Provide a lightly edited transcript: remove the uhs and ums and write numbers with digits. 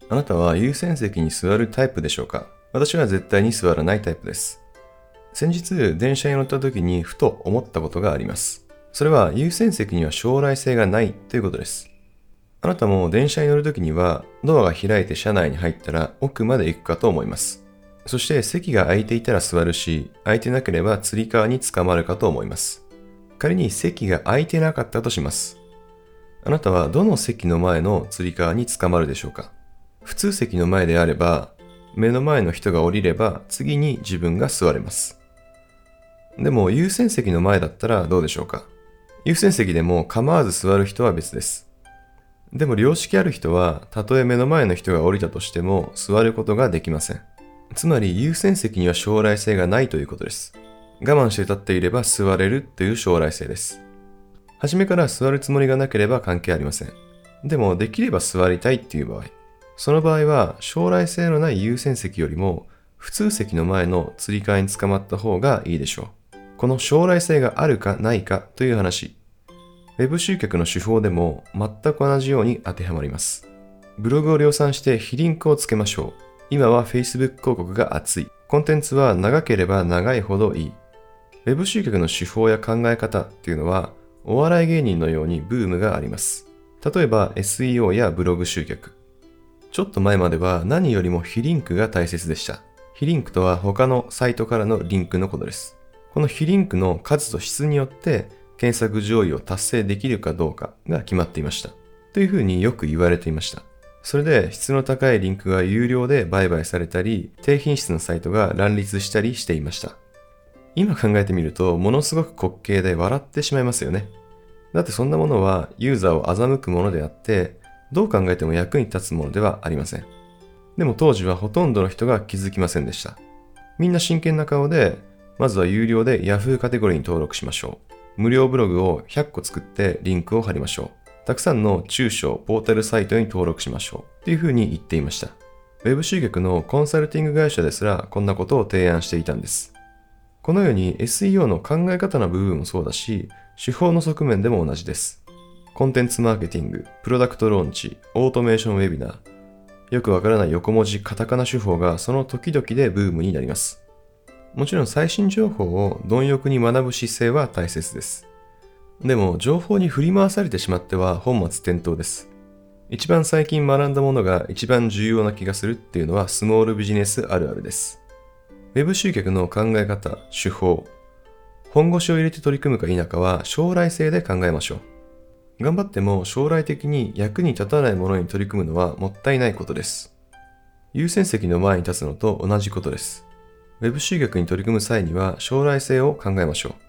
あなたは優先席に座るタイプでしょうか？私は絶対に座らないタイプです。先日、電車に乗った時にふと思ったことがあります。それは優先席には将来性がないということです。あなたも電車に乗る時にはドアが開いて車内に入ったら奥まで行くかと思います。そして席が空いていたら座るし、空いてなければつり革につかまるかと思います。仮に席が空いてなかったとします。あなたはどの席の前のつり革につかまるでしょうか？普通席の前であれば、目の前の人が降りれば次に自分が座れます。でも優先席の前だったらどうでしょうか？優先席でも構わず座る人は別です。でも良識ある人は、たとえ目の前の人が降りたとしても座ることができません。つまり優先席には将来性がないということです。我慢して立っていれば座れるという将来性です。初めから座るつもりがなければ関係ありません。でもできれば座りたいっていう場合、その場合は将来性のない優先席よりも普通席の前のつり革につかまった方がいいでしょう。この将来性があるかないかという話、ウェブ集客の手法でも全く同じように当てはまります。ブログを量産して非リンクをつけましょう。今は Facebook 広告が熱い。コンテンツは長ければ長いほどいい。ウェブ集客の手法や考え方っていうのはお笑い芸人のようにブームがあります。例えば SEO やブログ集客。ちょっと前までは何よりも非リンクが大切でした。非リンクとは他のサイトからのリンクのことです。この非リンクの数と質によって検索上位を達成できるかどうかが決まっていました。というふうによく言われていました。それで質の高いリンクが有料で売買されたり、低品質のサイトが乱立したりしていました。今考えてみるとものすごく滑稽で笑ってしまいますよね。だってそんなものはユーザーを欺くものであって、どう考えても役に立つものではありません。でも当時はほとんどの人が気づきませんでした。みんな真剣な顔で、まずは有料で Yahoo カテゴリーに登録しましょう。無料ブログを100個作ってリンクを貼りましょう。たくさんの中小ポータルサイトに登録しましょう。っていうふうに言っていました。ウェブ集客のコンサルティング会社ですらこんなことを提案していたんです。このように SEO の考え方の部分もそうだし、手法の側面でも同じです。コンテンツマーケティング、プロダクトローンチ、オートメーションウェビナー、よくわからない横文字カタカナ手法がその時々でブームになります。もちろん最新情報を貪欲に学ぶ姿勢は大切です。でも情報に振り回されてしまっては本末転倒です。一番最近学んだものが一番重要な気がするっていうのはスモールビジネスあるあるです。ウェブ集客の考え方、手法、本腰を入れて取り組むか否かは将来性で考えましょう。頑張っても将来的に役に立たないものに取り組むのはもったいないことです。優先席の前に立つのと同じことです。ウェブ集客に取り組む際には将来性を考えましょう。